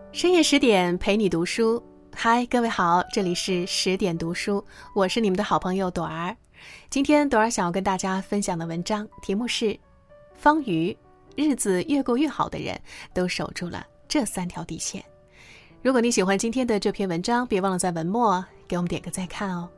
深夜10点陪你读书。嗨，各位好，这里是10点读书，我是你们的好朋友朵儿。今天朵儿想要跟大家分享的文章题目是方瑜，日子越过越好的人都守住了这3条底线。如果你喜欢今天的这篇文章，别忘了在文末给我们点个再看哦。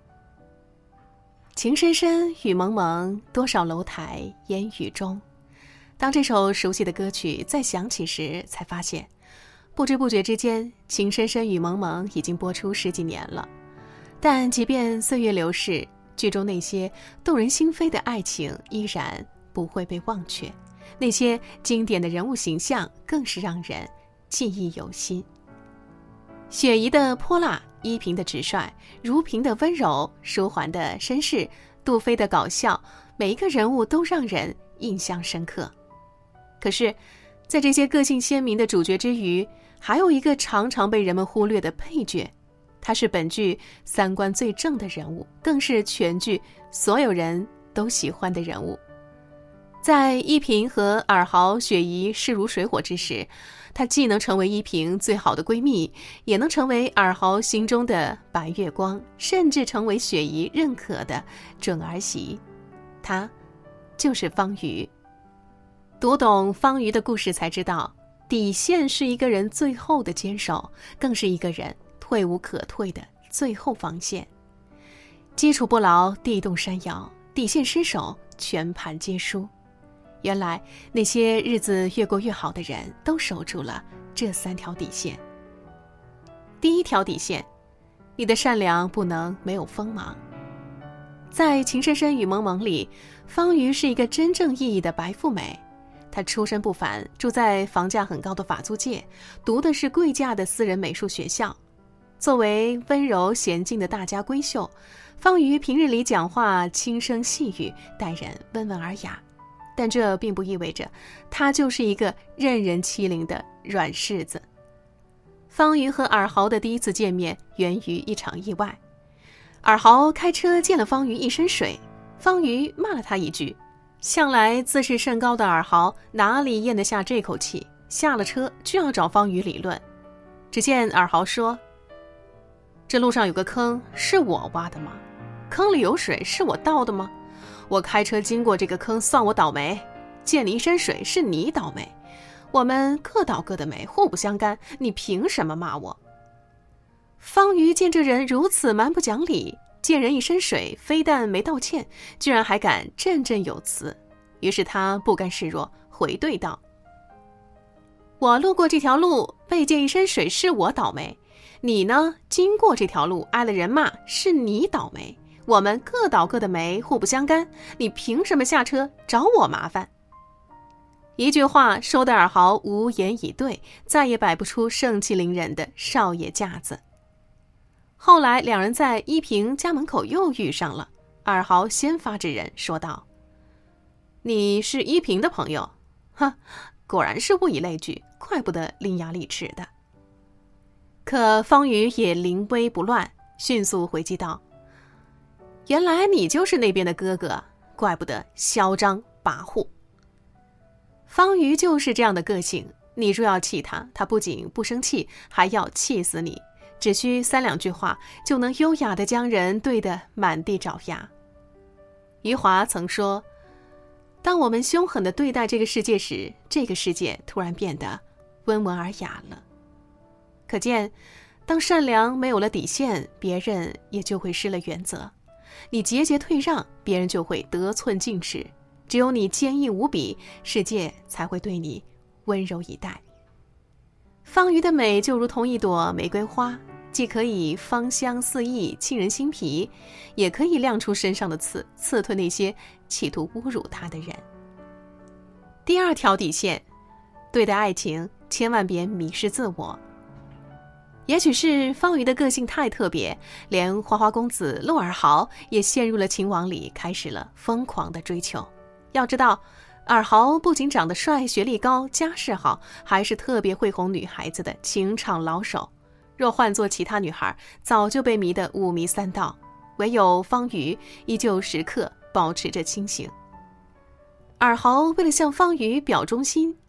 情深深雨蒙蒙，多少楼台烟雨中。当这首熟悉的歌曲再响起时，才发现不知不觉之间，情深深雨蒙蒙已经播出10几年了。但即便岁月流逝，剧中那些动人心扉的爱情依然不会被忘却，那些经典的人物形象更是让人记忆犹新。雪姨的泼辣，依萍的直率，如萍的温柔，舒缓的绅士，杜飞的搞笑，每一个人物都让人印象深刻。可是在这些个性鲜明的主角之余，还有一个常常被人们忽略的配角，他是本剧3观最正的人物，更是全剧所有人都喜欢的人物。在依萍和尔豪、雪姨势如水火之时，她既能成为依萍最好的闺蜜，也能成为尔豪心中的白月光，甚至成为雪姨认可的准儿媳。她就是方瑜。读懂方瑜的故事才知道，底线是一个人最后的坚守，更是一个人退无可退的最后防线。基础不牢，地动山摇，底线失守，全盘皆输。原来那些日子越过越好的人都守住了这3条底线。第1条底线，你的善良不能没有锋芒。在情深深雨蒙蒙里，方瑜是一个真正意义的白富美。她出身不凡，住在房价很高的法租界，读的是贵价的私人美术学校。作为温柔娴静的大家闺秀，方瑜平日里讲话轻声细语，待人温文尔雅。但这并不意味着她就是一个任人欺凌的软柿子。方瑜和尔豪的第一次见面源于一场意外。尔豪开车溅了方瑜一身水，方瑜骂了他一句。向来自视甚高的尔豪哪里咽得下这口气，下了车就要找方瑜理论。只见尔豪说，这路上有个坑，是我挖的吗？坑里有水，是我倒的吗？我开车经过这个坑，算我倒霉，溅你一身水，是你倒霉，我们各倒各的霉，互不相干，你凭什么骂我？方瑜见这人如此蛮不讲理，溅人一身水，非但没道歉，居然还敢振振有词。于是他不甘示弱，回怼道，我路过这条路被溅一身水，是我倒霉，你呢，经过这条路挨了人骂，是你倒霉，我们各倒各的霉，互不相干，你凭什么下车找我麻烦？一句话说得尔豪无言以对，再也摆不出盛气凌人的少爷架子。后来两人在依萍家门口又遇上了，尔豪先发制人说道，你是依萍的朋友？哼，果然是物以类聚，怪不得伶牙俐齿的。可方瑜也临危不乱，迅速回击道，原来你就是那边的哥哥，怪不得嚣张跋扈。方瑜就是这样的个性，你若要气他，他不仅不生气，还要气死你，只需3、2句话就能优雅地将人对得满地找牙。余华曾说，当我们凶狠地对待这个世界时，这个世界突然变得温文尔雅了。可见，当善良没有了底线，别人也就会失了原则。你节节退让，别人就会得寸进尺。只有你坚毅无比，世界才会对你温柔以待。方瑜的美就如同一朵玫瑰花，既可以芳香四溢，沁人心脾，也可以亮出身上的刺，刺退那些企图侮辱她的人。第2条底线，对待爱情千万别迷失自我。也许是方瑜的个性太特别，连花花公子陆尔豪也陷入了情网里，开始了疯狂的追求。要知道，尔豪不仅长得帅，学历高，家世好，还是特别会哄女孩子的情场老手。若换做其他女孩，早就被迷得五迷三道，唯有方瑜依旧时刻保持着清醒。尔豪为了向方瑜表忠心，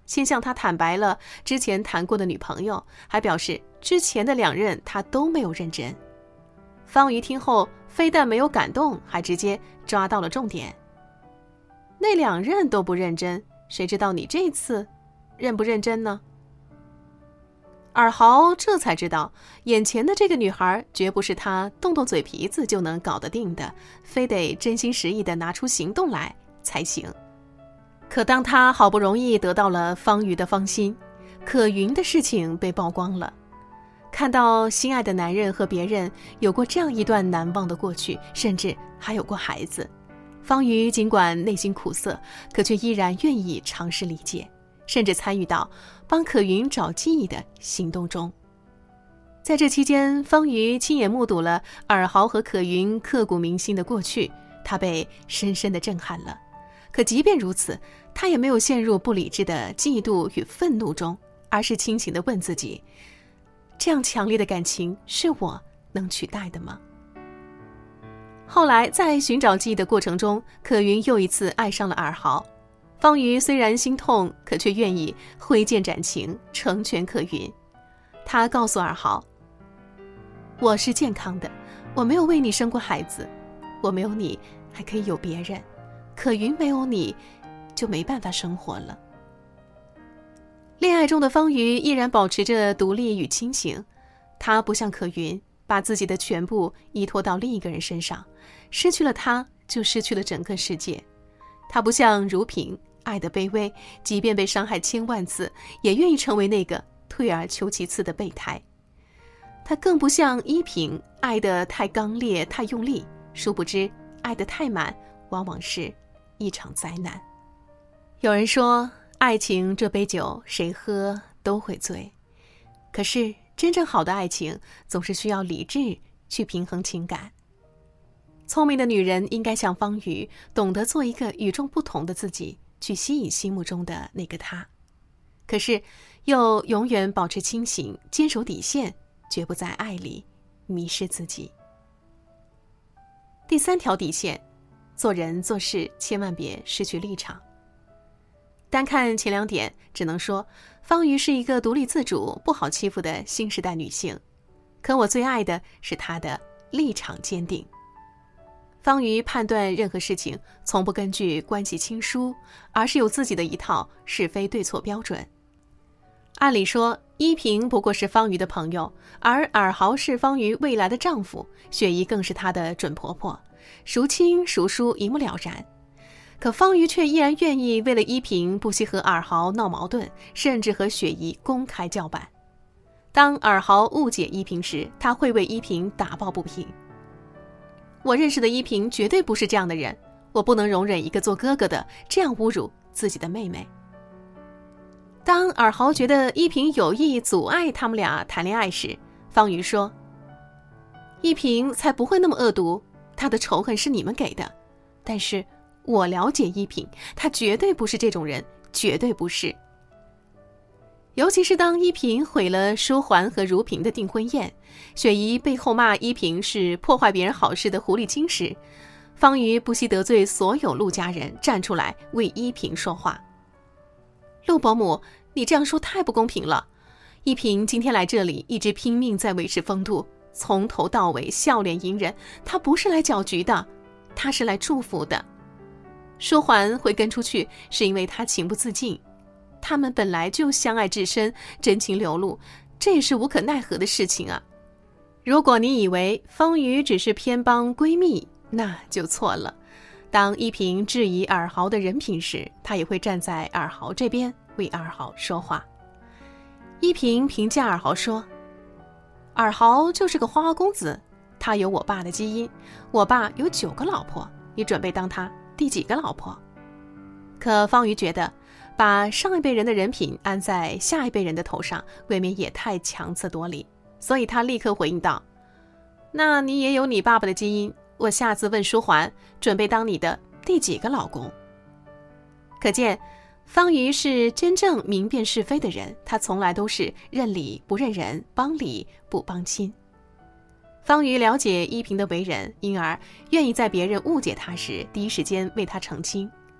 先向他坦白了之前谈过的女朋友，还表示之前的2任他都没有认真。方瑜听后非但没有感动，还直接抓到了重点。那2任都不认真，谁知道你这次认不认真呢？尔豪这才知道，眼前的这个女孩绝不是他动动嘴皮子就能搞得定的，非得真心实意地拿出行动来才行。可当他好不容易得到了方瑜的芳心，可云的事情被曝光了。看到心爱的男人和别人有过这样一段难忘的过去，甚至还有过孩子，方瑜尽管内心苦涩，可却依然愿意尝试理解，甚至参与到帮可云找记忆的行动中。在这期间，方瑜亲眼目睹了尔豪和可云刻骨铭心的过去，他被深深地震撼了。可即便如此，他也没有陷入不理智的嫉妒与愤怒中，而是清醒地问自己，这样强烈的感情是我能取代的吗？后来在寻找记忆的过程中，可云又一次爱上了尔豪。方瑜虽然心痛，可却愿意挥剑斩情，成全可云。他告诉尔豪，我是健康的，我没有为你生过孩子，我没有你还可以有别人，可云没有你就没办法生活了。恋爱中的方瑜依然保持着独立与清醒，他不像可云把自己的全部依托到另一个人身上，失去了他就失去了整个世界。他不像如萍爱得卑微，即便被伤害1000万次也愿意成为那个退而求其次的备胎。他更不像依萍爱得太刚烈太用力，殊不知爱得太满往往是一场灾难。有人说爱情这杯酒谁喝都会醉，可是真正好的爱情总是需要理智去平衡情感。聪明的女人应该像方瑜，懂得做一个与众不同的自己，去吸引心目中的那个他，可是又永远保持清醒，坚守底线，绝不在爱里迷失自己。第3条底线，做人做事千万别失去立场。单看前2点，只能说方瑜是一个独立自主、不好欺负的新时代女性，可我最爱的是她的立场坚定。方瑜判断任何事情从不根据关系亲疏，而是有自己的一套是非对错标准。按理说，依萍不过是方瑜的朋友，而尔豪是方瑜未来的丈夫，雪姨更是她的准婆婆，孰亲孰疏一目了然。可方瑜却依然愿意为了依萍不惜和尔豪闹矛盾，甚至和雪姨公开叫板。当尔豪误解依萍时，他会为依萍打抱不平。我认识的依萍绝对不是这样的人，我不能容忍一个做哥哥的这样侮辱自己的妹妹。当尔豪觉得依萍有意阻碍他们俩谈恋爱时，方瑜说，依萍才不会那么恶毒，她的仇恨是你们给的，但是我了解依萍，她绝对不是这种人，绝对不是。尤其是当依萍毁了舒桓和如萍的订婚宴，雪姨背后骂依萍是破坏别人好事的狐狸精时，方瑜不惜得罪所有陆家人，站出来为依萍说话。陆伯母，你这样说太不公平了，依萍今天来这里一直拼命在维持风度，从头到尾笑脸迎人，她不是来搅局的，她是来祝福的。舒桓会跟出去是因为他情不自禁，他们本来就相爱至深，真情流露，这也是无可奈何的事情啊。如果你以为方瑜只是偏帮闺蜜，那就错了。当依萍质疑尔豪的人品时，她也会站在尔豪这边为尔豪说话。依萍评价尔豪说，尔豪就是个花花公子，他有我爸的基因，我爸有9个老婆，你准备当他第几个老婆？可方瑜觉得把上一辈人的人品安在下一辈人的头上，未免也太强词夺理，所以他立刻回应道，那你也有你爸爸的基因，我下次问舒桓，准备当你的第几个老公？可见方瑜是真正明辨是非的人，他从来都是认理不认人，帮理不帮亲。方瑜了解依萍的为人，因而愿意在别人误解他时第一时间为他澄清。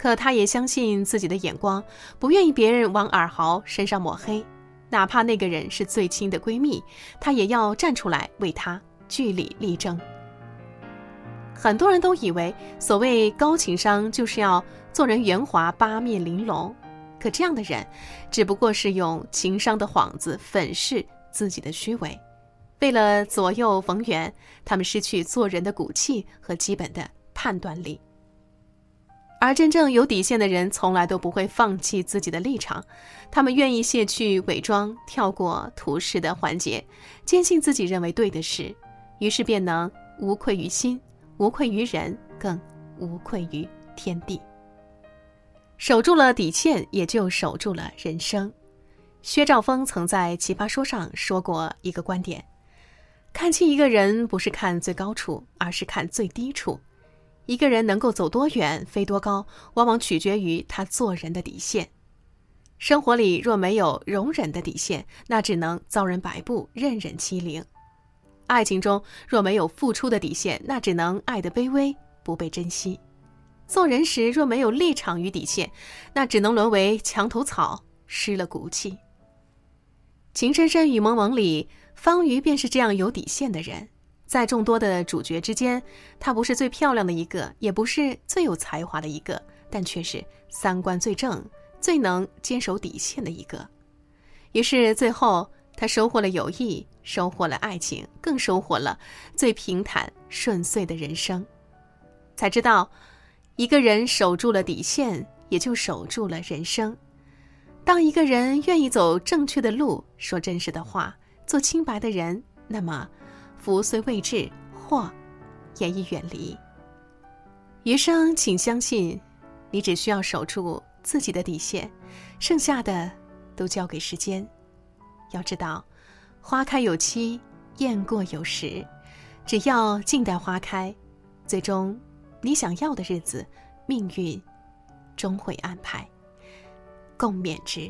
可她也相信自己的眼光，不愿意别人往尔豪身上抹黑，哪怕那个人是最亲的闺蜜，她也要站出来为他据理力争。很多人都以为所谓高情商就是要做人圆滑八面玲珑，可这样的人只不过是用情商的幌子粉饰自己的虚伪，为了左右逢源，他们失去做人的骨气和基本的判断力。而真正有底线的人从来都不会放弃自己的立场，他们愿意卸去伪装，跳过图示的环节，坚信自己认为对的事，于是便能无愧于心，无愧于人，更无愧于天地。守住了底线，也就守住了人生。薛兆丰曾在《奇葩说》上说过一个观点：看清一个人不是看最高处，而是看最低处。一个人能够走多远，飞多高，往往取决于他做人的底线。生活里若没有容忍的底线，那只能遭人摆布，任人欺凌。爱情中若没有付出的底线，那只能爱得卑微，不被珍惜。做人时若没有立场与底线，那只能沦为墙头草，失了骨气。情深深雨蒙蒙里，方瑜便是这样有底线的人。在众多的主角之间，她不是最漂亮的一个，也不是最有才华的一个，但却是三观最正，最能坚守底线的一个。于是最后她收获了友谊，收获了爱情，更收获了最平坦顺遂的人生。才知道一个人守住了底线，也就守住了人生。当一个人愿意走正确的路，说真实的话，做清白的人，那么福虽未至，祸也已远离。余生请相信，你只需要守住自己的底线，剩下的都交给时间。要知道，花开有期，雁过有时，只要静待花开，最终你想要的日子，命运终会安排，共勉之。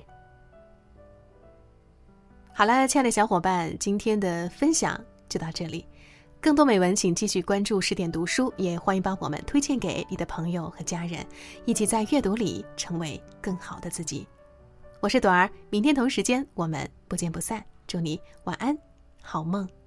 好了，亲爱的小伙伴，今天的分享就到这里。更多美文请继续关注10点读书，也欢迎帮我们推荐给你的朋友和家人，一起在阅读里成为更好的自己。我是朵儿，明天同时间我们不见不散，祝你晚安，好梦。